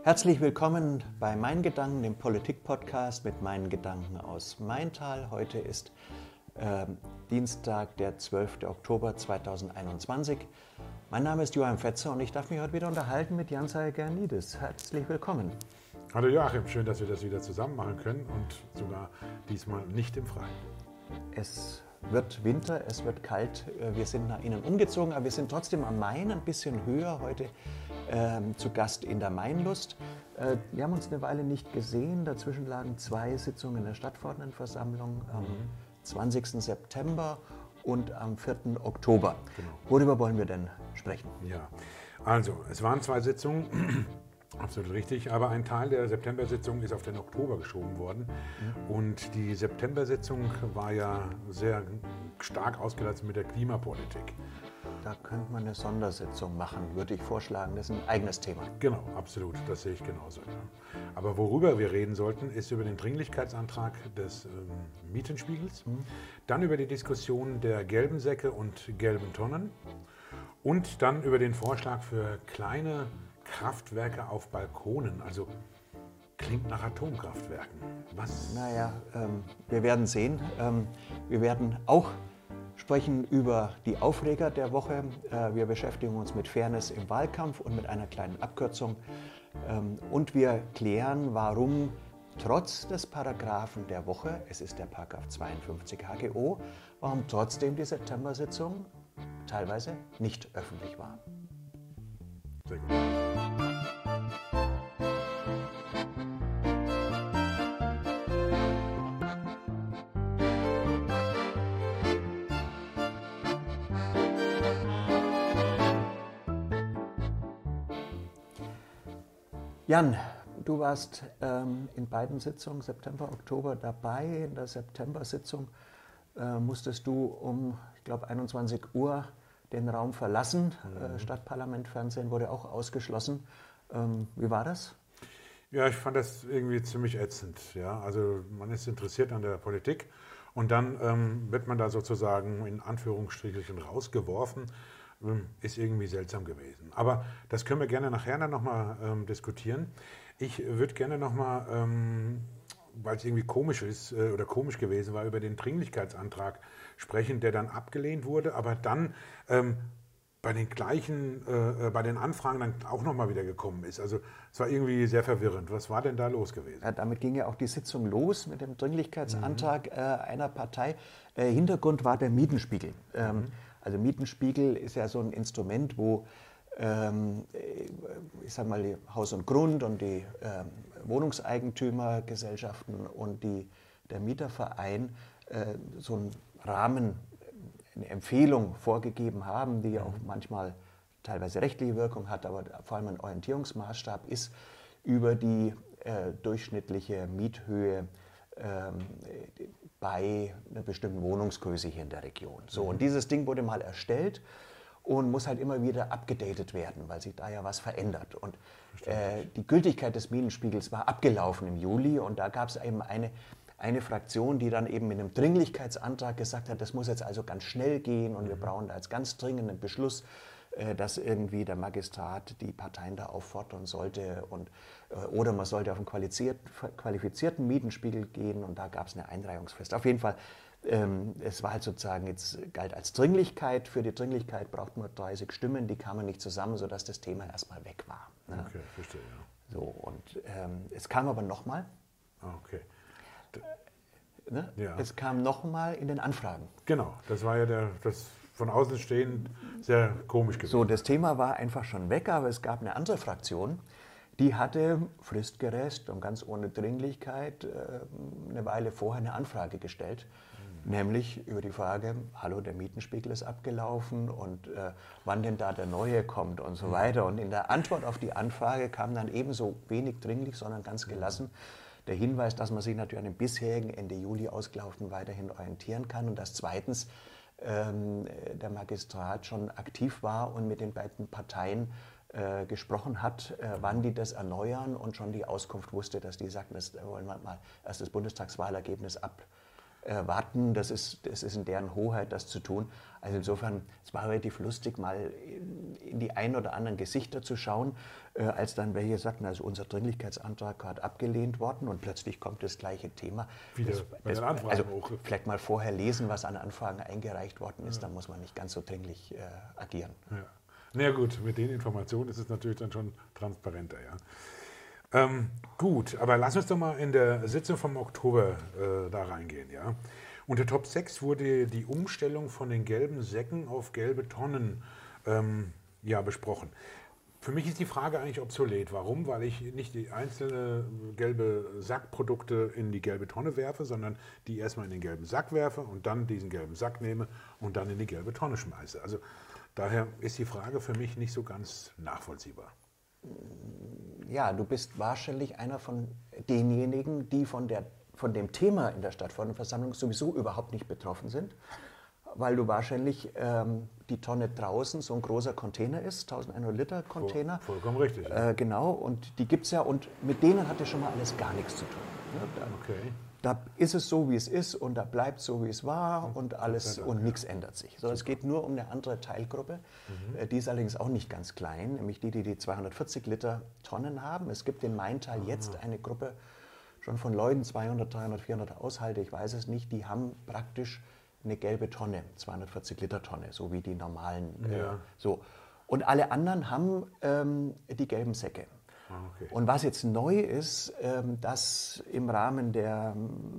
Herzlich willkommen bei Mein Gedanken, dem Politik-Podcast mit meinen Gedanken aus Maintal. Heute ist Dienstag, der 12. Oktober 2021. Mein Name ist Joachim Fetzer und ich darf mich heute wieder unterhalten mit Jan Salgernides. Herzlich willkommen. Hallo Joachim, schön, dass wir das wieder zusammen machen können und sogar diesmal nicht im Freien. Es wird Winter, es wird kalt, wir sind nach innen umgezogen, aber wir sind trotzdem am Main, ein bisschen höher, heute zu Gast in der Mainlust. Wir haben uns eine Weile nicht gesehen, dazwischen lagen 2 Sitzungen der Stadtverordnetenversammlung am 20. September und am 4. Oktober. Genau. Worüber wollen wir denn sprechen? Ja, also es waren 2 Sitzungen, absolut richtig, aber ein Teil der September-Sitzung ist auf den Oktober geschoben worden. Und die September-Sitzung war ja sehr stark ausgelastet mit der Klimapolitik. Da könnte man eine Sondersitzung machen, würde ich vorschlagen. Das ist ein eigenes Thema. Genau, absolut, das sehe ich genauso. Ja. Aber worüber wir reden sollten, ist über den Dringlichkeitsantrag des Mietenspiegels, dann über die Diskussion der gelben Säcke und gelben Tonnen und dann über den Vorschlag für kleine Kraftwerke auf Balkonen, also klingt nach Atomkraftwerken. Was? Naja, wir werden sehen. Wir werden auch sprechen über die Aufreger der Woche. Wir beschäftigen uns mit Fairness im Wahlkampf und mit einer kleinen Abkürzung. Und wir klären, warum trotz des Paragraphen der Woche, es ist der Paragraph 52 HGO, warum trotzdem die September-Sitzung teilweise nicht öffentlich war. Sehr gut. Jan, du warst in beiden Sitzungen, September, Oktober, dabei. In der September-Sitzung musstest du um, ich glaube, 21 Uhr den Raum verlassen. Stadtparlament, Fernsehen wurde auch ausgeschlossen. Wie war das? Ja, ich fand das irgendwie ziemlich ätzend. Ja? Also man ist interessiert an der Politik und dann wird man da sozusagen in Anführungsstrichen rausgeworfen. Ist irgendwie seltsam gewesen. Aber das können wir gerne nachher nochmal diskutieren. Ich würde gerne nochmal, weil es irgendwie komisch ist oder komisch gewesen war, über den Dringlichkeitsantrag sprechen, der dann abgelehnt wurde, aber dann bei den Anfragen dann auch nochmal wieder gekommen ist. Also es war irgendwie sehr verwirrend. Was war denn da los gewesen? Ja, damit ging ja auch die Sitzung los mit dem Dringlichkeitsantrag einer Partei. Hintergrund war der Mietenspiegel. Also Mietenspiegel ist ja so ein Instrument, wo ich sag mal, die Haus und Grund und die Wohnungseigentümergesellschaften und der Mieterverein so einen Rahmen, eine Empfehlung vorgegeben haben, die auch manchmal teilweise rechtliche Wirkung hat, aber vor allem ein Orientierungsmaßstab ist über die durchschnittliche Miethöhe bei einer bestimmten Wohnungsgröße hier in der Region. So, und dieses Ding wurde mal erstellt und muss halt immer wieder abgedatet werden, weil sich da ja was verändert. Und die Gültigkeit des Mietenspiegels war abgelaufen im Juli und da gab es eben eine Fraktion, die dann eben mit einem Dringlichkeitsantrag gesagt hat, das muss jetzt also ganz schnell gehen und wir brauchen da jetzt ganz dringend einen Beschluss, dass irgendwie der Magistrat die Parteien da auffordern sollte oder man sollte auf einen qualifizierten Mietenspiegel gehen und da gab es eine Einreihungsfrist. Auf jeden Fall, es war halt sozusagen, jetzt galt als Dringlichkeit. Für die Dringlichkeit braucht man 30 Stimmen, die kamen nicht zusammen, sodass das Thema erstmal weg war. Ne? Okay, verstehe, ja. So, und es kam aber nochmal. Okay. Ne? Ja. Es kam nochmal in den Anfragen. Genau, das war ja das von außen stehend sehr komisch gewesen. So, das Thema war einfach schon weg, aber es gab eine andere Fraktion, die hatte fristgerecht und ganz ohne Dringlichkeit eine Weile vorher eine Anfrage gestellt, nämlich über die Frage, hallo, der Mietenspiegel ist abgelaufen und wann denn da der neue kommt und so weiter. Und in der Antwort auf die Anfrage kam dann ebenso wenig dringlich, sondern ganz gelassen der Hinweis, dass man sich natürlich an dem bisherigen Ende Juli ausgelaufenen weiterhin orientieren kann und dass zweitens der Magistrat schon aktiv war und mit den beiden Parteien gesprochen hat, wann die das erneuern und schon die Auskunft wusste, dass die sagten, das wollen wir mal erst das Bundestagswahlergebnis warten. Das ist in deren Hoheit, das zu tun. Also insofern, es war relativ lustig, mal in die ein oder anderen Gesichter zu schauen, als dann welche sagten, also unser Dringlichkeitsantrag hat abgelehnt worden und plötzlich kommt das gleiche Thema. Wieder bei den Anfragen also hoch. vielleicht mal vorher lesen, was an Anfragen eingereicht worden ist, dann muss man nicht ganz so dringlich agieren. Ja. Na ja, gut, mit den Informationen ist es natürlich dann schon transparenter, ja. Gut, aber lass uns doch mal in der Sitzung vom Oktober da reingehen, ja. Unter Top 6 wurde die Umstellung von den gelben Säcken auf gelbe Tonnen besprochen. Für mich ist die Frage eigentlich obsolet. Warum? Weil ich nicht die einzelnen gelbe Sackprodukte in die gelbe Tonne werfe, sondern die erstmal in den gelben Sack werfe und dann diesen gelben Sack nehme und dann in die gelbe Tonne schmeiße. Also daher ist die Frage für mich nicht so ganz nachvollziehbar. Ja, du bist wahrscheinlich einer von denjenigen, die von dem Thema in der Stadtverordnetenversammlung sowieso überhaupt nicht betroffen sind, weil du wahrscheinlich die Tonne draußen so ein großer Container ist, 1100 Liter Container. Vollkommen richtig. Genau, und die gibt es ja und mit denen hat das schon mal alles gar nichts zu tun. Ja, Okay. Da ist es so, wie es ist und da bleibt so, wie es war und alles und nichts ändert sich. So, es geht nur um eine andere Teilgruppe, die ist allerdings auch nicht ganz klein, nämlich die 240 Liter Tonnen haben. Es gibt in Maintal jetzt eine Gruppe schon von Leuten, 200, 300, 400 Haushalte, ich weiß es nicht, die haben praktisch eine gelbe Tonne, 240 Liter Tonne, so wie die normalen. So. Und alle anderen haben die gelben Säcke. Okay. Und was jetzt neu ist, dass im Rahmen der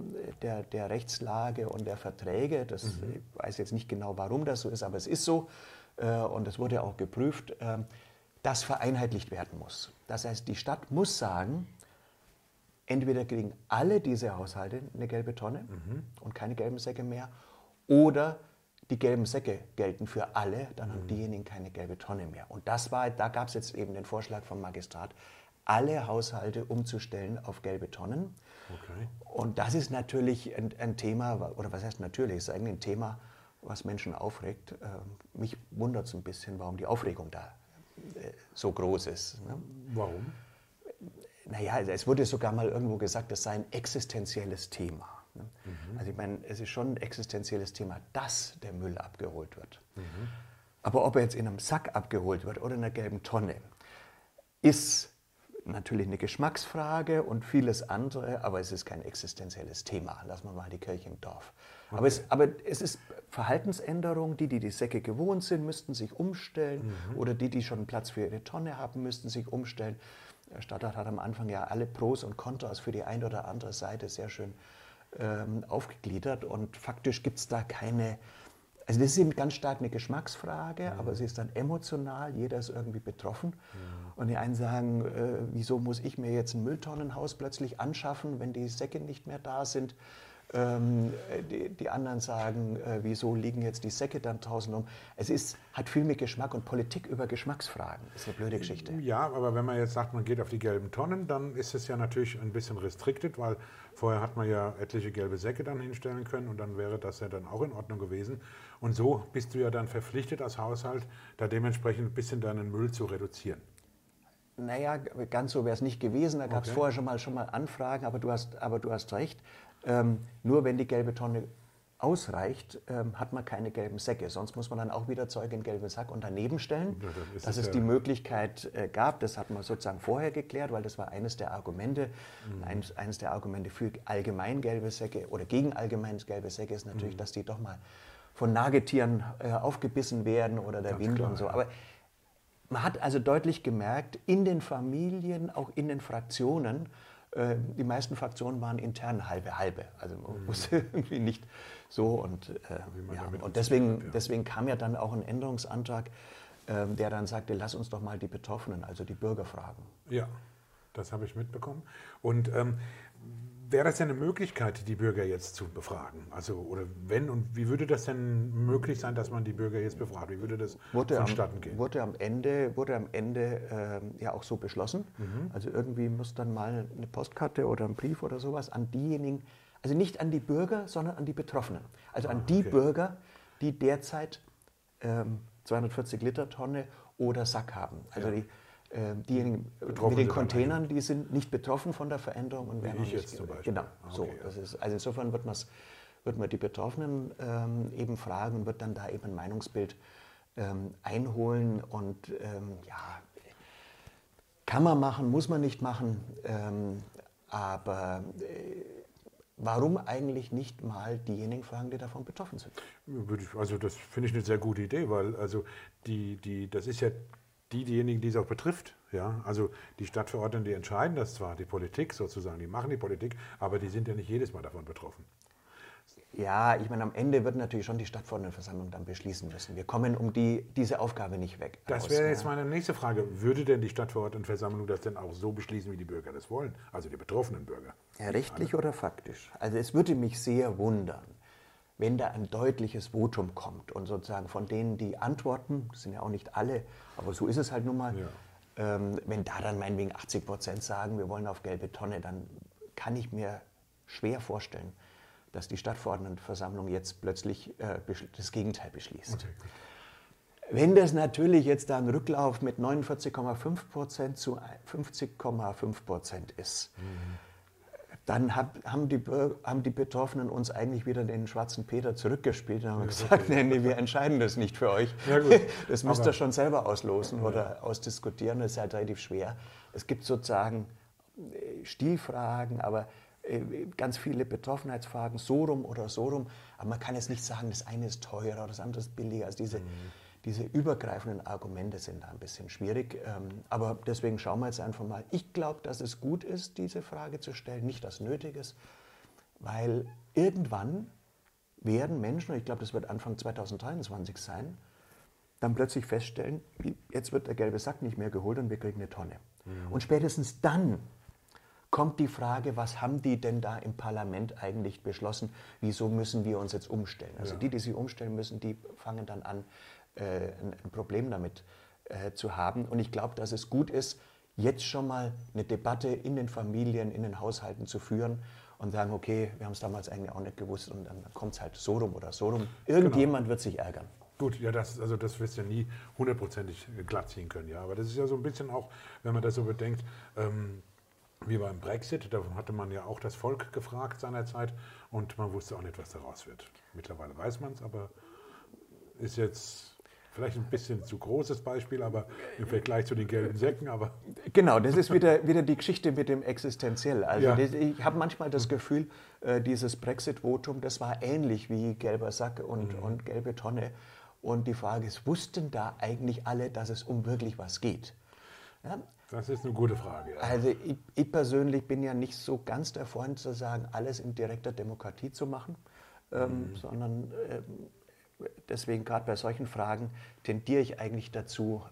Rechtslage und der Verträge, ich weiß jetzt nicht genau, warum das so ist, aber es ist so, und es wurde auch geprüft, das vereinheitlicht werden muss. Das heißt, die Stadt muss sagen, entweder kriegen alle diese Haushalte eine gelbe Tonne und keine gelben Säcke mehr, oder die gelben Säcke gelten für alle, dann haben diejenigen keine gelbe Tonne mehr. Und da gab es jetzt eben den Vorschlag vom Magistrat, alle Haushalte umzustellen auf gelbe Tonnen. Okay. Und das ist natürlich ein Thema, oder was heißt natürlich, es ist eigentlich ein Thema, was Menschen aufregt. Mich wundert es ein bisschen, warum die Aufregung da so groß ist. Ne? Warum? Naja, es wurde sogar mal irgendwo gesagt, es sei ein existenzielles Thema. Ne? Also ich meine, es ist schon ein existenzielles Thema, dass der Müll abgeholt wird. Aber ob er jetzt in einem Sack abgeholt wird oder in einer gelben Tonne, ist natürlich eine Geschmacksfrage und vieles andere, aber es ist kein existenzielles Thema. Lassen wir mal die Kirche im Dorf. Okay. Aber es ist Verhaltensänderung. Die Säcke gewohnt sind, müssten sich umstellen. Oder die schon einen Platz für ihre Tonne haben, müssten sich umstellen. Der Stadtrat hat am Anfang ja alle Pros und Kontras für die eine oder andere Seite sehr schön aufgegliedert. Und faktisch gibt es da keine... Also das ist eben ganz stark eine Geschmacksfrage, aber sie ist dann emotional, jeder ist irgendwie betroffen. Und die einen sagen, wieso muss ich mir jetzt ein Mülltonnenhaus plötzlich anschaffen, wenn die Säcke nicht mehr da sind? Die anderen sagen, wieso liegen jetzt die Säcke dann draußen rum? Hat viel mit Geschmack und Politik über Geschmacksfragen. Das ist eine blöde Geschichte. Ja, aber wenn man jetzt sagt, man geht auf die gelben Tonnen, dann ist es ja natürlich ein bisschen restricted, weil vorher hat man ja etliche gelbe Säcke dann hinstellen können und dann wäre das ja dann auch in Ordnung gewesen. Und so bist du ja dann verpflichtet als Haushalt, da dementsprechend ein bisschen deinen Müll zu reduzieren. Naja, ganz so wäre es nicht gewesen. Da gab es vorher schon mal Anfragen, aber du hast recht. Nur wenn die gelbe Tonne ausreicht, hat man keine gelben Säcke. Sonst muss man dann auch wieder Zeug in den gelben Sack und daneben stellen. Ja, dass es die Möglichkeit gab, das hat man sozusagen vorher geklärt, weil das war eines der Argumente. Eines der Argumente für allgemein gelbe Säcke oder gegen allgemein gelbe Säcke ist natürlich, dass die doch mal von Nagetieren aufgebissen werden oder der Wind und so. Aber man hat also deutlich gemerkt, in den Familien, auch in den Fraktionen, die meisten Fraktionen waren intern halbe. Also man wusste irgendwie nicht so. Und deswegen kam ja dann auch ein Änderungsantrag, der dann sagte, lass uns doch mal die Betroffenen, also die Bürger fragen. Ja, das habe ich mitbekommen. Und wäre das ja eine Möglichkeit, die Bürger jetzt zu befragen? Also, oder wenn und wie würde das denn möglich sein, dass man die Bürger jetzt befragt? Wie würde das vonstatten gehen? Wurde am Ende ja auch so beschlossen. Also irgendwie muss dann mal eine Postkarte oder ein Brief oder sowas an diejenigen, also nicht an die Bürger, sondern an die Betroffenen. Also an die Bürger, die derzeit 240 Liter Tonne oder Sack haben. Also diejenigen mit den Containern, die sind nicht betroffen von der Veränderung und werden ich jetzt zum Beispiel. Genau, so. Das ist, also insofern wird man es wird man die Betroffenen eben fragen und wird dann da eben ein Meinungsbild einholen. Und ja, kann man machen, muss man nicht machen, aber warum eigentlich nicht mal diejenigen fragen, die davon betroffen sind? Also das finde ich eine sehr gute Idee, weil also das ist ja diejenigen, die es auch betrifft. Ja? Also die Stadtverordneten, die entscheiden das zwar, die Politik sozusagen, die machen die Politik, aber die sind ja nicht jedes Mal davon betroffen. Ja, ich meine, am Ende wird natürlich schon die Stadtverordnetenversammlung dann beschließen müssen. Wir kommen um diese Aufgabe nicht weg. Das wäre jetzt meine nächste Frage. Würde denn die Stadtverordnetenversammlung das denn auch so beschließen, wie die Bürger das wollen? Also die betroffenen Bürger. Ja, rechtlich oder faktisch? Also es würde mich sehr wundern, wenn da ein deutliches Votum kommt und sozusagen von denen, die antworten, das sind ja auch nicht alle, aber so ist es halt nun mal, wenn da dann meinetwegen 80% sagen, wir wollen auf gelbe Tonne, dann kann ich mir schwer vorstellen, dass die Stadtverordnetenversammlung jetzt plötzlich das Gegenteil beschließt. Okay. Wenn das natürlich jetzt da ein Rücklauf mit 49,5% zu 50,5% ist, dann haben die Betroffenen uns eigentlich wieder den schwarzen Peter zurückgespielt und haben gesagt, nee, wir entscheiden das nicht für euch. Ja, das müsst ihr schon selber auslosen oder ausdiskutieren, das ist halt relativ schwer. Es gibt sozusagen Stilfragen, aber ganz viele Betroffenheitsfragen, so rum oder so rum. Aber man kann jetzt nicht sagen, das eine ist teurer oder das andere ist billiger. Also diese übergreifenden Argumente sind da ein bisschen schwierig. Aber deswegen schauen wir jetzt einfach mal. Ich glaube, dass es gut ist, diese Frage zu stellen, nicht dass nötig ist, weil irgendwann werden Menschen, und ich glaube, das wird Anfang 2023 sein, dann plötzlich feststellen, jetzt wird der gelbe Sack nicht mehr geholt und wir kriegen eine Tonne. Und spätestens dann kommt die Frage, was haben die denn da im Parlament eigentlich beschlossen? Wieso müssen wir uns jetzt umstellen? Also die sich umstellen müssen, die fangen dann an, ein Problem damit zu haben. Und ich glaube, dass es gut ist, jetzt schon mal eine Debatte in den Familien, in den Haushalten zu führen und sagen, okay, wir haben es damals eigentlich auch nicht gewusst und dann kommt es halt so rum oder so rum. Irgendjemand wird sich ärgern. Gut, ja, das wirst du ja nie hundertprozentig glatt ziehen können. Ja. Aber das ist ja so ein bisschen auch, wenn man das so bedenkt, wie beim Brexit, da hatte man ja auch das Volk gefragt seinerzeit und man wusste auch nicht, was daraus wird. Mittlerweile weiß man es, aber ist jetzt vielleicht ein bisschen zu großes Beispiel, aber im Vergleich zu den gelben Säcken. Aber genau, das ist wieder die Geschichte mit dem Existenziell. Also ich habe manchmal das Gefühl, dieses Brexit-Votum, das war ähnlich wie gelber Sack und gelbe Tonne. Und die Frage ist, wussten da eigentlich alle, dass es um wirklich was geht? Ja? Das ist eine gute Frage. Ja. Also ich persönlich bin ja nicht so ganz der Freund zu sagen, alles in direkter Demokratie zu machen, sondern deswegen gerade bei solchen Fragen tendiere ich eigentlich dazu,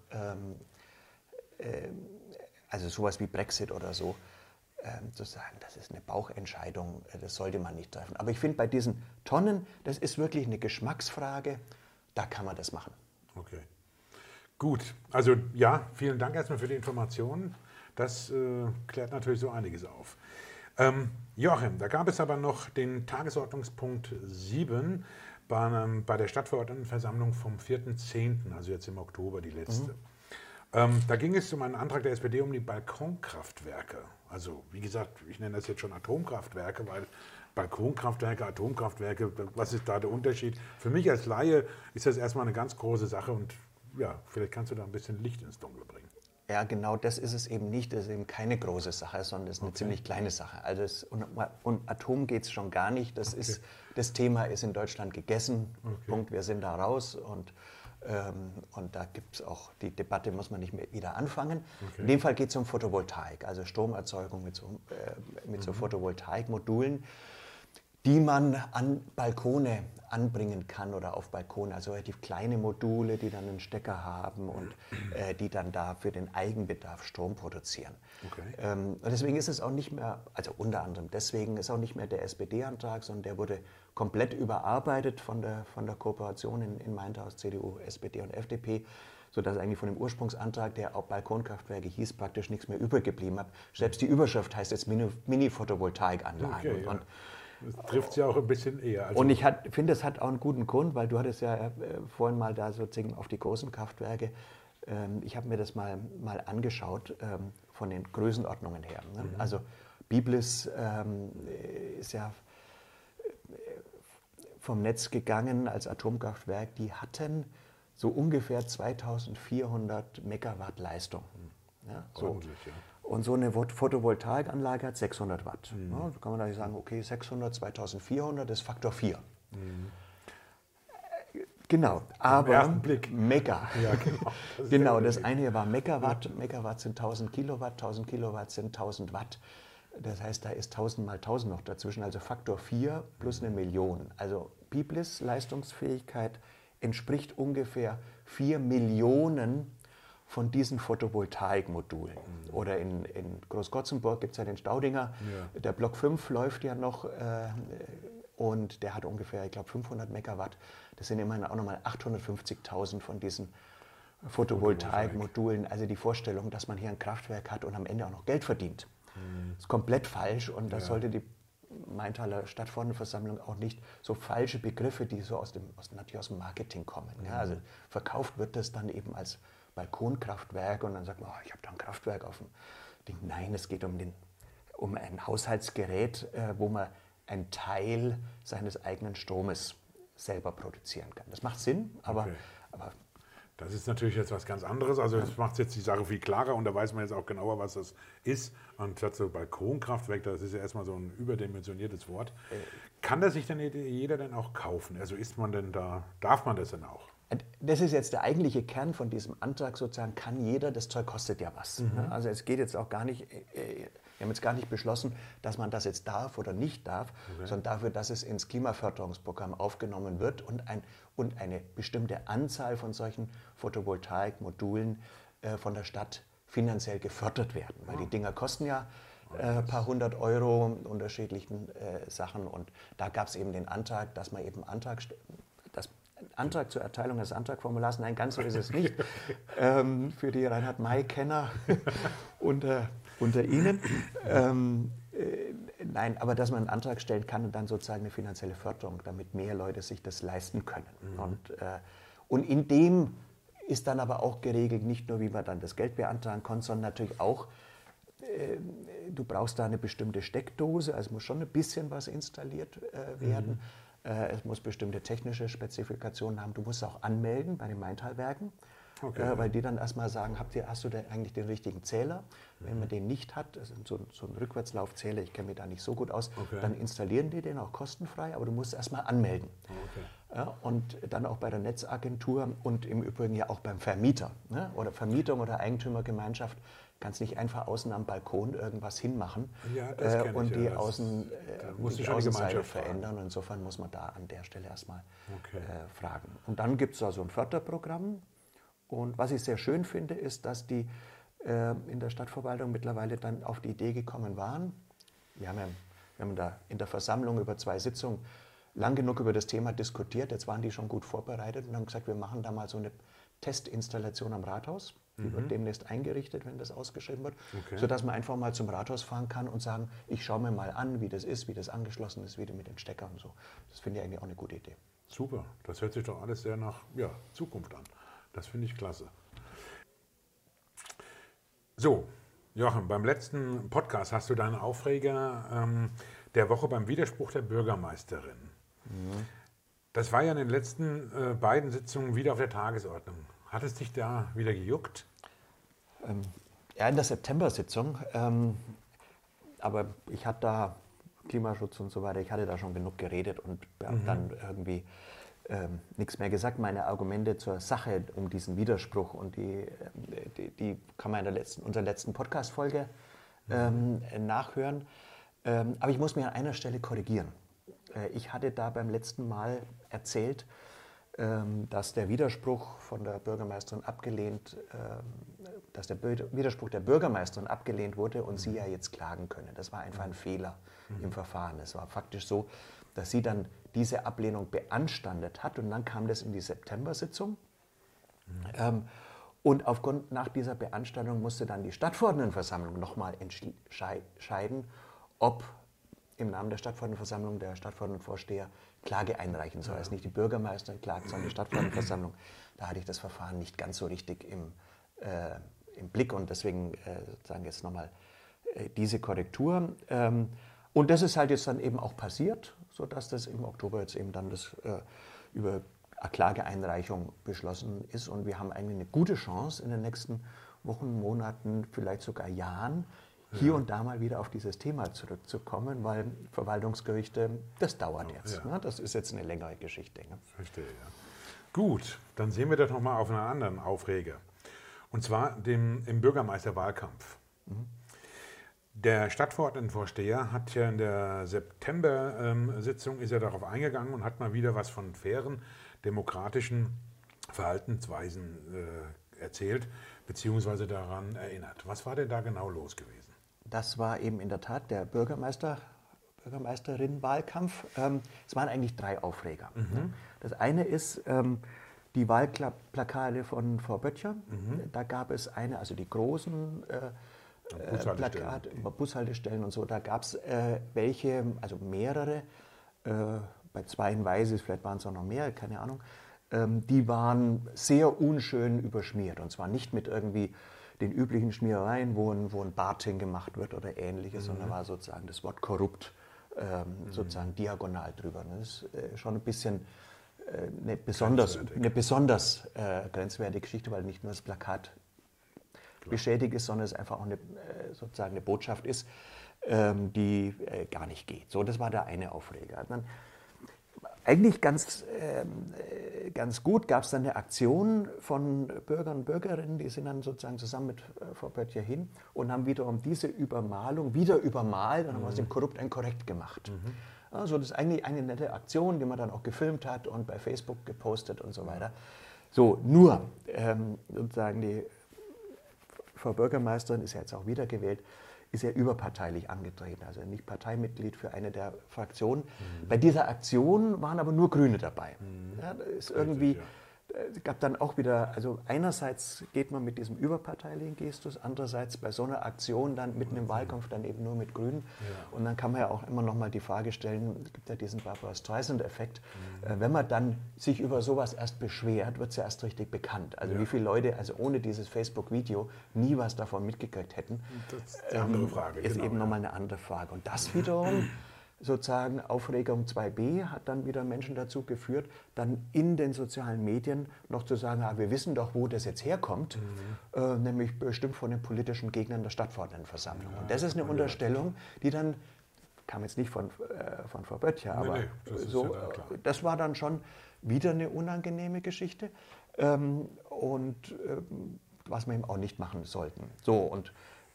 also sowas wie Brexit oder so, zu sagen, das ist eine Bauchentscheidung, das sollte man nicht treffen. Aber ich finde bei diesen Tonnen, das ist wirklich eine Geschmacksfrage, da kann man das machen. Okay. Gut, also ja, vielen Dank erstmal für die Informationen. Das klärt natürlich so einiges auf. Joachim, da gab es aber noch den Tagesordnungspunkt 7 bei der Stadtverordnetenversammlung vom 4.10., also jetzt im Oktober, die letzte. Da ging es um einen Antrag der SPD um die Balkonkraftwerke. Also wie gesagt, ich nenne das jetzt schon Atomkraftwerke, weil Balkonkraftwerke, Atomkraftwerke, was ist da der Unterschied? Für mich als Laie ist das erstmal eine ganz große Sache und ja, vielleicht kannst du da ein bisschen Licht ins Dunkle bringen. Ja, genau das ist es eben nicht. Das ist eben keine große Sache, sondern es ist eine ziemlich kleine Sache. Also um Atom geht es schon gar nicht. Das Thema ist in Deutschland gegessen. Punkt, wir sind da raus. Und da gibt es auch, die Debatte muss man nicht mehr wieder anfangen. In dem Fall geht es um Photovoltaik, also Stromerzeugung mit so Photovoltaikmodulen, die man an Balkone anbringen kann oder auf Balkone, also relativ kleine Module, die dann einen Stecker haben und die dann da für den Eigenbedarf Strom produzieren. Und deswegen ist es auch nicht mehr, also unter anderem deswegen ist auch nicht mehr der SPD-Antrag, sondern der wurde komplett überarbeitet von der Kooperation in Mainz aus CDU, SPD und FDP, sodass eigentlich von dem Ursprungsantrag, der auch Balkonkraftwerke hieß, praktisch nichts mehr übrig geblieben hat. Selbst die Überschrift heißt jetzt Mini-Photovoltaikanlagen. Das trifft es ja auch ein bisschen eher. Also und ich finde, es hat auch einen guten Grund, weil du hattest ja vorhin mal da sozusagen auf die großen Kraftwerke, ich habe mir das mal angeschaut von den Größenordnungen her. Ne? Also Biblis ist ja vom Netz gegangen als Atomkraftwerk, die hatten so ungefähr 2400 Megawatt Leistung. Ja, so. Ordentlich, ja. Und so eine Photovoltaikanlage hat 600 Watt. Ja, so kann man da sagen, okay, 600, 2400 ist Faktor 4. Genau, aber ersten Blick. Mega. Ja, genau. Genau, das eine hier war Megawatt. Megawatt sind 1000 Kilowatt, 1000 Kilowatt sind 1000 Watt. Das heißt, da ist 1000 mal 1000 noch dazwischen, also Faktor 4 plus eine Million. Also Biblis Leistungsfähigkeit entspricht ungefähr 4 Millionen von diesen Photovoltaikmodulen. Oder in Großgotzenburg gibt es ja den Staudinger. Ja. Der Block 5 läuft ja noch und der hat ungefähr, ich glaube, 500 Megawatt. Das sind immerhin auch nochmal 850.000 von diesen Photovoltaikmodulen. Also die Vorstellung, dass man hier ein Kraftwerk hat und am Ende auch noch Geld verdient, ist komplett falsch. Und das sollte die Maintaler Stadtverordnetenversammlung auch nicht so falsche Begriffe, die so natürlich aus dem Marketing kommen. Ja, also verkauft wird das dann eben als Balkonkraftwerk und dann sagt man, oh, ich habe da ein Kraftwerk auf dem Ding. Nein, es geht um ein Haushaltsgerät, wo man einen Teil seines eigenen Stromes selber produzieren kann. Das macht Sinn, aber das ist natürlich jetzt was ganz anderes. Also das macht jetzt die Sache viel klarer und da weiß man jetzt auch genauer, was das ist. Und statt so Balkonkraftwerk, das ist ja erstmal so ein überdimensioniertes Wort. Kann das sich denn jeder denn auch kaufen? Also ist man denn da, darf man das denn auch? Das ist jetzt der eigentliche Kern von diesem Antrag sozusagen, kann jeder, das Zeug kostet ja was. Also es geht jetzt auch gar nicht, wir haben jetzt gar nicht beschlossen, dass man das jetzt darf oder nicht darf, sondern dafür, dass es ins Klimaförderungsprogramm aufgenommen wird und eine bestimmte Anzahl von solchen Photovoltaikmodulen von der Stadt finanziell gefördert werden. Weil die Dinger kosten ja ein paar hundert Euro in unterschiedlichen Sachen und da gab es eben den Antrag, dass man eben Antrag zur Erteilung des Antragformulars, nein, ganz so ist es nicht, für die Reinhard-May-Kenner unter Ihnen. Nein, aber dass man einen Antrag stellen kann und dann sozusagen eine finanzielle Förderung, damit mehr Leute sich das leisten können. Und in dem ist dann aber auch geregelt, nicht nur, wie man dann das Geld beantragen kann, sondern natürlich auch, du brauchst da eine bestimmte Steckdose, also muss schon ein bisschen was installiert werden. Es muss bestimmte technische Spezifikationen haben. Du musst auch anmelden bei den Maintalwerken, weil die dann erstmal sagen, hast du denn eigentlich den richtigen Zähler? Wenn man den nicht hat, das ist so ein Rückwärtslaufzähler, ich kenne mich da nicht so gut aus, dann installieren die den auch kostenfrei, aber du musst erstmal anmelden. Ja, und dann auch bei der Netzagentur und im Übrigen ja auch beim Vermieter, ne? Oder Vermietung oder Eigentümergemeinschaft. Kannst nicht einfach außen am Balkon irgendwas hinmachen und die Außenseite verändern. Insofern muss man da an der Stelle erstmal fragen. Und dann gibt es da so ein Förderprogramm. Und was ich sehr schön finde, ist, dass die in der Stadtverwaltung mittlerweile dann auf die Idee gekommen waren. Wir haben da in der Versammlung über 2 Sitzungen lang genug über das Thema diskutiert. Jetzt waren die schon gut vorbereitet und haben gesagt, wir machen da mal so eine Testinstallation am Rathaus. Die wird demnächst eingerichtet, wenn das ausgeschrieben wird, sodass man einfach mal zum Rathaus fahren kann und sagen, ich schaue mir mal an, wie das ist, wie das angeschlossen ist, wieder mit den Steckern und so. Das finde ich eigentlich auch eine gute Idee. Super, das hört sich doch alles sehr nach Zukunft an. Das finde ich klasse. So, Joachim, beim letzten Podcast hast du deinen Aufreger der Woche beim Widerspruch der Bürgermeisterin. Das war ja in den letzten beiden Sitzungen wieder auf der Tagesordnung. Hat es dich da wieder gejuckt? Ja, in der September-Sitzung. Aber ich hatte da Klimaschutz und so weiter, ich hatte da schon genug geredet und habe dann irgendwie nichts mehr gesagt. Meine Argumente zur Sache um diesen Widerspruch und die kann man in unserer letzten Podcast-Folge nachhören. Aber ich muss mich an einer Stelle korrigieren. Ich hatte da beim letzten Mal erzählt, dass der Widerspruch von der Bürgermeisterin dass der Widerspruch der Bürgermeisterin abgelehnt wurde und sie ja jetzt klagen können. Das war einfach ein Fehler im Verfahren. Es war faktisch so, dass sie dann diese Ablehnung beanstandet hat und dann kam das in die September-Sitzung. Und nach dieser Beanstandung musste dann die Stadtverordnetenversammlung nochmal entscheiden, ob im Namen der Stadtverordnetenversammlung der Stadtverordnetenvorsteher Klage einreichen soll. Also nicht die Bürgermeisterin klagt, sondern die Stadtverordnetenversammlung. Da hatte ich das Verfahren nicht ganz so richtig im Blick und deswegen sozusagen jetzt nochmal diese Korrektur. Und das ist halt jetzt dann eben auch passiert, sodass das im Oktober jetzt eben dann das über Klageeinreichung beschlossen ist. Und wir haben eigentlich eine gute Chance in den nächsten Wochen, Monaten, vielleicht sogar Jahren, hier und da mal wieder auf dieses Thema zurückzukommen, weil Verwaltungsgerichte, das dauert jetzt. Ja. Ne? Das ist jetzt eine längere Geschichte. Ne? Verstehe, ja. Gut, dann sehen wir das nochmal auf einen anderen Aufreger. Und zwar im Bürgermeisterwahlkampf. Der Stadtverordnetenvorsteher hat ja in der September-Sitzung ist er darauf eingegangen und hat mal wieder was von fairen, demokratischen Verhaltensweisen erzählt, beziehungsweise daran erinnert. Was war denn da genau los gewesen? Das war eben in der Tat der Bürgermeisterinnen-Wahlkampf. Es waren eigentlich 3 Aufreger. Das eine ist die Wahlplakate von Frau Böttcher. Da gab es eine, also die großen Plakate, Bushaltestellen und so, da gab es welche, also mehrere, bei 2 in Weiß, vielleicht waren es auch noch mehr, keine Ahnung, die waren sehr unschön überschmiert. Und zwar nicht mit irgendwie den üblichen Schmierereien, wo ein Bart hingemacht wird oder ähnliches, sondern war sozusagen das Wort korrupt sozusagen diagonal drüber. Das ist schon ein bisschen eine besonders grenzwertige Geschichte, weil nicht nur das Plakat beschädigt ist, sondern es einfach auch sozusagen eine Botschaft ist, die gar nicht geht. So, das war der eine Aufreger. Dann, eigentlich ganz gut gab es dann eine Aktion von Bürgern und Bürgerinnen, die sind dann sozusagen zusammen mit Frau Böttcher hin und haben wiederum diese Übermalung wieder übermalt und haben aus dem Korrupt ein Korrekt gemacht. Also das ist eigentlich eine nette Aktion, die man dann auch gefilmt hat und bei Facebook gepostet und so weiter. So, nur sozusagen die Frau Bürgermeisterin ist ja jetzt auch wiedergewählt, ist ja überparteilich angetreten, also nicht Parteimitglied für eine der Fraktionen. Bei dieser Aktion waren aber nur Grüne dabei. Ja, das ist irgendwie, es gab dann auch wieder, also einerseits geht man mit diesem überparteilichen Gestus, andererseits bei so einer Aktion dann mitten im Wahlkampf dann eben nur mit Grünen. Und dann kann man ja auch immer noch mal die Frage stellen, es gibt ja diesen Barbra Streisand-Effekt, wenn man dann sich über sowas erst beschwert, wird es ja erst richtig bekannt. Also wie viele Leute, also ohne dieses Facebook-Video, nie was davon mitgekriegt hätten, Das ist eine andere Frage. ist eben nochmal eine andere Frage. Und das wiederum, sozusagen Aufregung 2b, hat dann wieder Menschen dazu geführt, dann in den sozialen Medien noch zu sagen, wir wissen doch, wo das jetzt herkommt, nämlich bestimmt von den politischen Gegnern der Stadtverordnetenversammlung. Und das ist eine Unterstellung, die dann, kam jetzt nicht von Frau Böttcher, aber das war dann schon wieder eine unangenehme Geschichte und was wir eben auch nicht machen sollten. So, und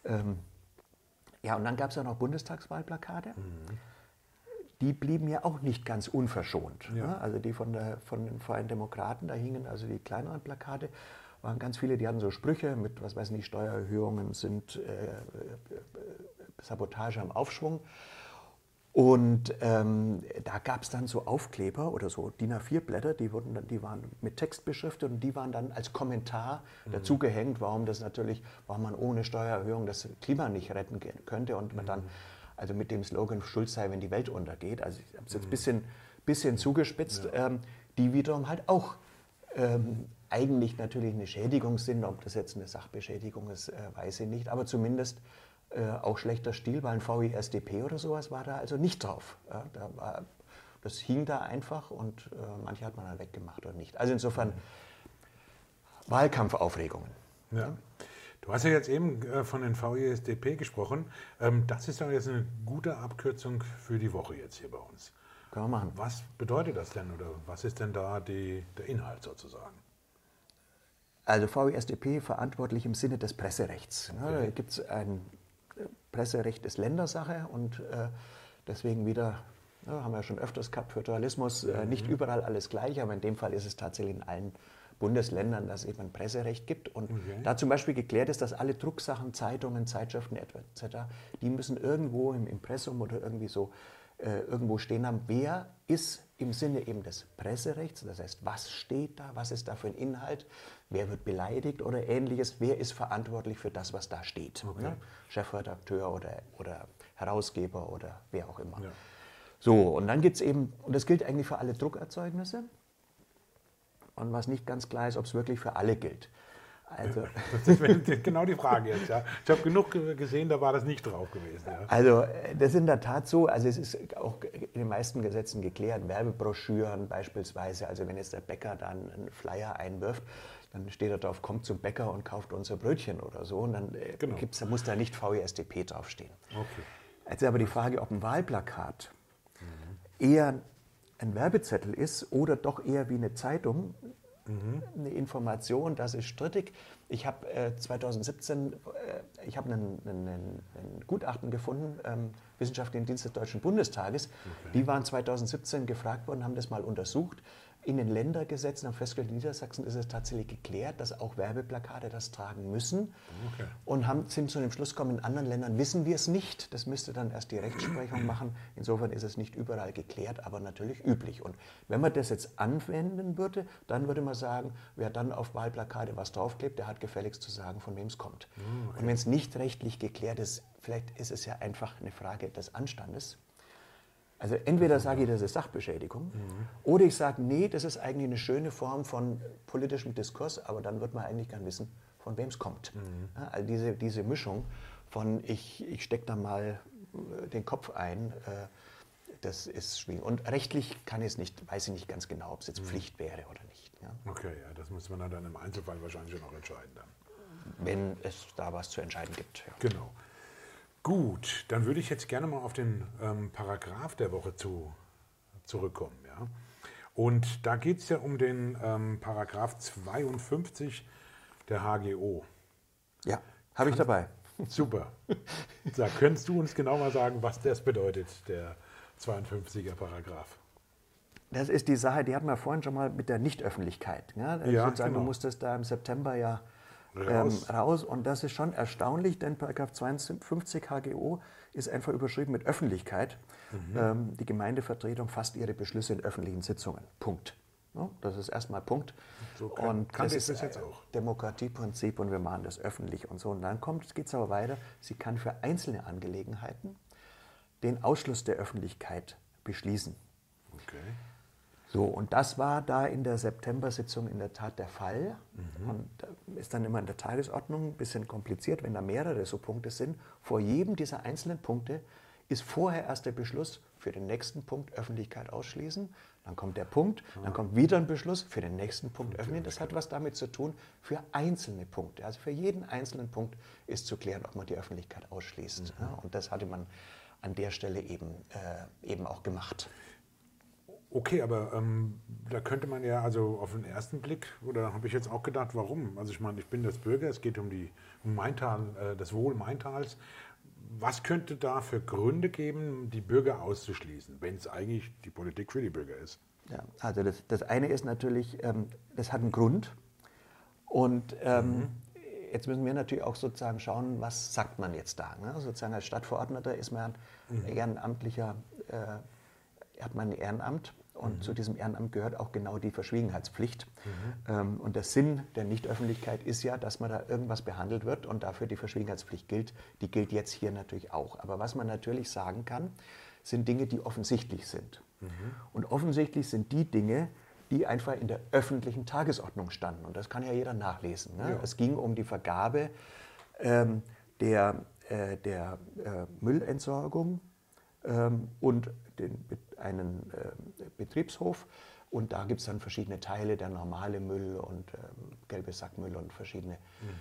und dann gab es ja noch Bundestagswahlplakate. Die blieben ja auch nicht ganz unverschont. Ja. Ne? Also die von den Freien Demokraten, da hingen also die kleineren Plakate, waren ganz viele, die hatten so Sprüche mit, was weiß nicht, Steuererhöhungen sind Sabotage am Aufschwung. Und da gab es dann so Aufkleber oder so DIN A4-Blätter, die waren mit Text beschriftet und die waren dann als Kommentar dazugehängt, warum man ohne Steuererhöhung das Klima nicht retten könnte und man dann also mit dem Slogan Schuld sei, wenn die Welt untergeht. Also ich habe es jetzt ein bisschen zugespitzt, die wiederum halt auch eigentlich natürlich eine Schädigung sind. Ob das jetzt eine Sachbeschädigung ist, weiß ich nicht, aber zumindest auch schlechter Stil, weil ein VI-SDP oder sowas war da also nicht drauf. Das hing da einfach und manche hat man dann weggemacht oder nicht. Also insofern Wahlkampfaufregungen. Ja. Du hast ja jetzt eben von den VI-SDP gesprochen. Das ist doch jetzt eine gute Abkürzung für die Woche jetzt hier bei uns. Können wir machen. Was bedeutet das denn oder was ist denn da der Inhalt sozusagen? Also VI-SDP verantwortlich im Sinne des Presserechts. Okay. Da gibt es ein Presserecht ist Ländersache und deswegen wieder, haben wir ja schon öfters gehabt, Föderalismus, nicht überall alles gleich, aber in dem Fall ist es tatsächlich in allen Bundesländern, dass es eben ein Presserecht gibt und da zum Beispiel geklärt ist, dass alle Drucksachen, Zeitungen, Zeitschriften etc., die müssen irgendwo im Impressum oder irgendwie so irgendwo stehen haben, wer ist im Sinne eben des Presserechts, das heißt, was steht da, was ist da für ein Inhalt, wer wird beleidigt oder ähnliches, wer ist verantwortlich für das, was da steht. Okay. Ne? Chefredakteur oder Herausgeber oder wer auch immer. Ja. So, und dann gibt es eben, und das gilt eigentlich für alle Druckerzeugnisse, und was nicht ganz klar ist, ob es wirklich für alle gilt. Also, Das wäre genau die Frage jetzt. Ja. Ich habe genug gesehen, da war das nicht drauf gewesen. Ja. also das ist in der Tat so, also es ist auch in den meisten Gesetzen geklärt, Werbebroschüren beispielsweise, also wenn jetzt der Bäcker dann einen Flyer einwirft, dann steht da drauf, kommt zum Bäcker und kauft unser Brötchen oder so, und dann Genau. da muss da nicht VESDP draufstehen. Okay. Jetzt ist aber die Frage, ob ein Wahlplakat eher ein Werbezettel ist oder doch eher wie eine Zeitung, eine Information, das ist strittig. Ich habe 2017 ich habe ein Gutachten gefunden, Wissenschaftlichen Dienst des Deutschen Bundestages. Die waren 2017 gefragt worden, haben das mal untersucht. In den Ländergesetzen haben festgestellt, in Niedersachsen ist es tatsächlich geklärt, dass auch Werbeplakate das tragen müssen. Okay. Und sind zu dem Schluss gekommen, in anderen Ländern wissen wir es nicht. Das müsste dann erst die Rechtsprechung machen. Insofern ist es nicht überall geklärt, aber natürlich üblich. Und wenn man das jetzt anwenden würde, dann würde man sagen, wer dann auf Wahlplakate was draufklebt, der hat gefälligst zu sagen, von wem es kommt. Okay. Und wenn es nicht rechtlich geklärt ist, vielleicht ist es ja einfach eine Frage des Anstandes. Also entweder sage ich, das ist Sachbeschädigung, oder ich sage, nee, das ist eigentlich eine schöne Form von politischem Diskurs, aber dann wird man eigentlich gern wissen, von wem es kommt. Ja, also diese Mischung von ich stecke da mal den Kopf ein, das ist schwierig. Und rechtlich weiß ich nicht ganz genau, ob es jetzt Pflicht wäre oder nicht. Ja. Okay, ja, das muss man dann im Einzelfall wahrscheinlich noch entscheiden dann. Wenn es da was zu entscheiden gibt. Ja. Genau. Gut, dann würde ich jetzt gerne mal auf den Paragraph der Woche zurückkommen. Ja? Und da geht es ja um den Paragraph 52 der HGO. Ja, habe ich dabei. Super. Könntest du uns genau mal sagen, was das bedeutet, der 52er Paragraph? Das ist die Sache, die hatten wir vorhin schon mal mit der Nichtöffentlichkeit. Ja? Ja, sozusagen, genau. Du musstest da im September ja raus. Und das ist schon erstaunlich, denn Paragraph 52 HGO ist einfach überschrieben mit Öffentlichkeit. Die Gemeindevertretung fasst ihre Beschlüsse in öffentlichen Sitzungen. Punkt. Ja, das ist erstmal Punkt. So und kannte das ich ist das jetzt auch. Demokratieprinzip und wir machen das öffentlich und so. Und dann geht es aber weiter. Sie kann für einzelne Angelegenheiten den Ausschluss der Öffentlichkeit beschließen. Okay. So, und das war da in der September-Sitzung in der Tat der Fall. Und ist dann immer in der Tagesordnung ein bisschen kompliziert, wenn da mehrere so Punkte sind. Vor jedem dieser einzelnen Punkte ist vorher erst der Beschluss für den nächsten Punkt Öffentlichkeit ausschließen. Dann kommt der Punkt, dann kommt wieder ein Beschluss für den nächsten Punkt öffnen. Das hat was damit zu tun für einzelne Punkte. Also für jeden einzelnen Punkt ist zu klären, ob man die Öffentlichkeit ausschließt. Ja, und das hatte man an der Stelle eben auch gemacht. Okay, aber da könnte man ja also auf den ersten Blick, oder habe ich jetzt auch gedacht, warum? Also ich meine, ich bin das Bürger, es geht um Maintal, das Wohl Maintals. Was könnte da für Gründe geben, die Bürger auszuschließen, wenn es eigentlich die Politik für die Bürger ist? Ja, also das eine ist natürlich, das hat einen Grund. Und jetzt müssen wir natürlich auch sozusagen schauen, was sagt man jetzt da. Ne? Sozusagen als Stadtverordneter ist man ehrenamtlicher, hat man ein Ehrenamt. Und zu diesem Ehrenamt gehört auch genau die Verschwiegenheitspflicht. Und der Sinn der Nichtöffentlichkeit ist ja, dass man da irgendwas behandelt wird und dafür die Verschwiegenheitspflicht gilt. Die gilt jetzt hier natürlich auch. Aber was man natürlich sagen kann, sind Dinge, die offensichtlich sind. Und offensichtlich sind die Dinge, die einfach in der öffentlichen Tagesordnung standen. Und das kann ja jeder nachlesen. Ne? Ja. Es ging um die Vergabe der Müllentsorgung und einen Betriebshof. Und da gibt es dann verschiedene Teile, der normale Müll und gelbe Sackmüll und verschiedene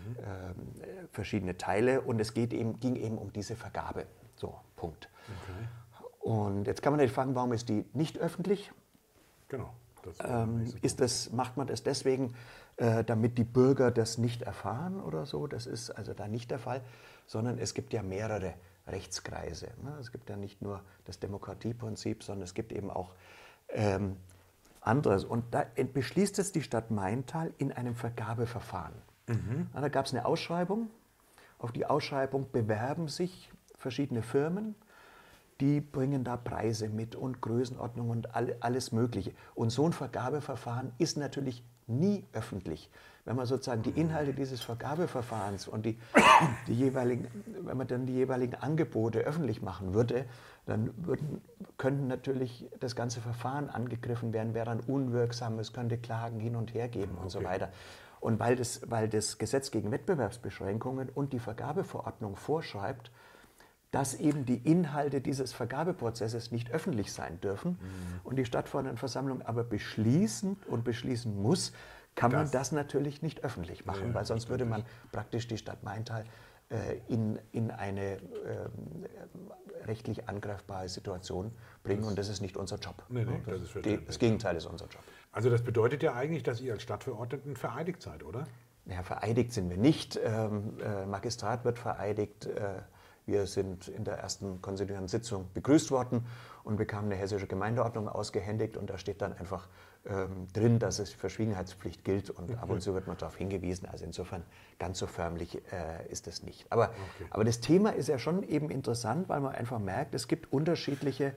Teile. Und es ging eben um diese Vergabe. So, Punkt. Okay. Und jetzt kann man natürlich fragen, warum ist die nicht öffentlich? Genau. Macht man das deswegen, damit die Bürger das nicht erfahren oder so? Das ist also da nicht der Fall, sondern es gibt ja mehrere Rechtskreise. Ne? Es gibt ja nicht nur das Demokratieprinzip, sondern es gibt eben auch anderes. Und da beschließt es die Stadt Maintal in einem Vergabeverfahren. Ja, da gab es eine Ausschreibung. Auf die Ausschreibung bewerben sich verschiedene Firmen. Die bringen da Preise mit und Größenordnung und alles Mögliche. Und so ein Vergabeverfahren ist natürlich nie öffentlich. Wenn man sozusagen die Inhalte dieses Vergabeverfahrens und wenn man dann die jeweiligen Angebote öffentlich machen würde, dann könnten natürlich das ganze Verfahren angegriffen werden, wäre dann unwirksam, es könnte Klagen hin und her geben und so weiter. Und weil das Gesetz gegen Wettbewerbsbeschränkungen und die Vergabeverordnung vorschreibt, dass eben die Inhalte dieses Vergabeprozesses nicht öffentlich sein dürfen und die Stadtverordnetenversammlung aber beschließen muss, kann man das natürlich nicht öffentlich machen, weil sonst würde man praktisch die Stadt Maintal in eine rechtlich angreifbare Situation bringen und das ist nicht unser Job. Nee, das ist das Gegenteil ist unser Job. Also das bedeutet ja eigentlich, dass ihr als Stadtverordneten vereidigt seid, oder? Ja, vereidigt sind wir nicht. Magistrat wird vereidigt. Wir sind in der ersten konstituierenden Sitzung begrüßt worden und bekamen eine hessische Gemeindeordnung ausgehändigt und da steht dann einfach drin, dass es Verschwiegenheitspflicht gilt und ab und zu wird man darauf hingewiesen. Also insofern ganz so förmlich ist es nicht. Aber das Thema ist ja schon eben interessant, weil man einfach merkt, es gibt unterschiedliche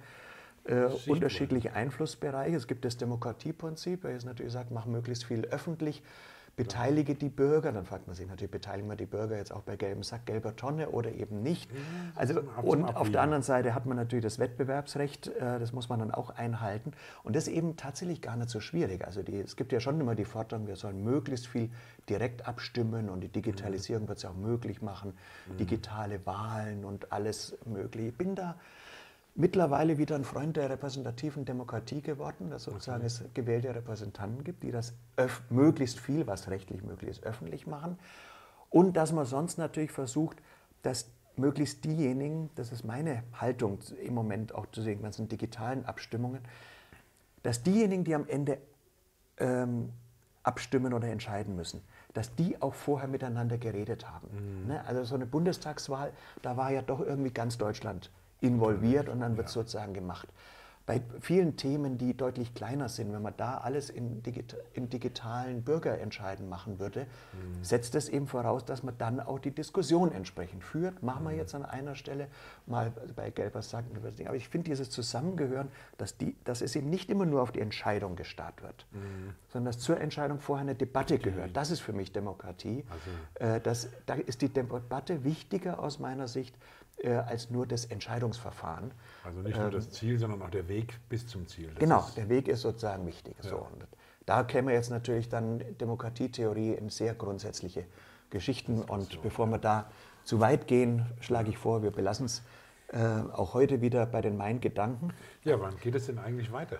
Einflussbereiche. Es gibt das Demokratieprinzip, welches natürlich sagt, mach möglichst viel öffentlich, beteilige die Bürger. Dann fragt man sich natürlich, beteiligen wir die Bürger jetzt auch bei gelbem Sack, gelber Tonne oder eben nicht? Also, und auf der anderen Seite hat man natürlich das Wettbewerbsrecht, das muss man dann auch einhalten. Und das ist eben tatsächlich gar nicht so schwierig. Also es gibt ja schon immer die Forderung, wir sollen möglichst viel direkt abstimmen und die Digitalisierung wird es ja auch möglich machen, digitale Wahlen und alles Mögliche. Ich bin da mittlerweile wieder ein Freund der repräsentativen Demokratie geworden, dass sozusagen es gewählte Repräsentanten gibt, die das möglichst viel, was rechtlich möglich ist, öffentlich machen. Und dass man sonst natürlich versucht, dass möglichst diejenigen, das ist meine Haltung im Moment auch zu den ganzen digitalen Abstimmungen, dass diejenigen, die am Ende abstimmen oder entscheiden müssen, dass die auch vorher miteinander geredet haben. Also so eine Bundestagswahl, da war ja doch irgendwie ganz Deutschland involviert und dann wird es sozusagen gemacht. Bei vielen Themen, die deutlich kleiner sind, wenn man da alles im digitalen Bürgerentscheiden machen würde, setzt es eben voraus, dass man dann auch die Diskussion entsprechend führt. Machen wir jetzt an einer Stelle mal bei gelber Sack. Aber ich finde dieses Zusammengehören, dass es eben nicht immer nur auf die Entscheidung gestarrt wird, sondern dass zur Entscheidung vorher eine Debatte gehört. Das ist für mich Demokratie. Also da ist die Debatte wichtiger aus meiner Sicht als nur das Entscheidungsverfahren. Also nicht nur das Ziel, sondern auch der Weg bis zum Ziel. Der Weg ist sozusagen wichtig. Ja. So. Und da käme jetzt natürlich dann Demokratietheorie in sehr grundsätzliche Geschichten. Und bevor wir da zu weit gehen, schlage ich vor, wir belassen es auch heute wieder bei den Main-Gedanken. Ja, wann geht es denn eigentlich weiter?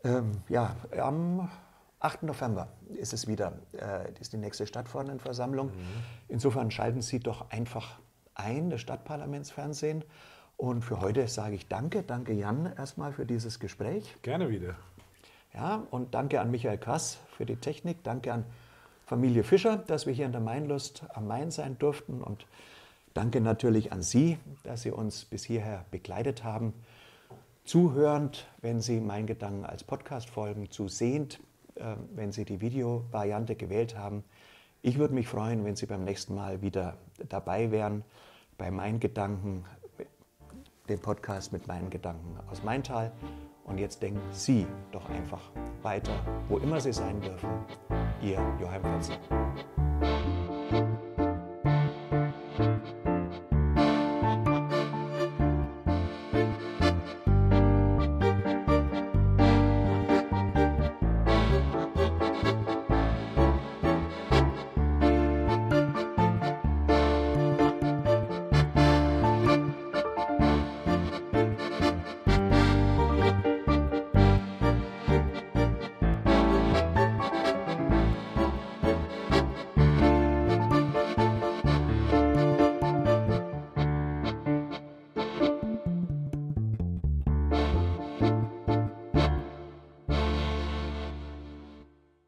Am 8. November ist es wieder, ist die nächste Stadtverordnetenversammlung. Insofern schalten Sie doch einfach ein, das Stadtparlamentsfernsehen. Und für heute sage ich danke. Danke, Jan, erstmal für dieses Gespräch. Gerne wieder. Ja, und danke an Michael Krass für die Technik. Danke an Familie Fischer, dass wir hier in der Mainlust am Main sein durften. Und danke natürlich an Sie, dass Sie uns bis hierher begleitet haben. Zuhörend, wenn Sie Mein Gedanken als Podcast folgen, zusehend, wenn Sie die Videovariante gewählt haben. Ich würde mich freuen, wenn Sie beim nächsten Mal wieder dabei wären bei Mein Gedanken, dem Podcast mit meinen Gedanken aus Maintal. Und jetzt denken Sie doch einfach weiter, wo immer Sie sein dürfen. Ihr Joachim Fetzel.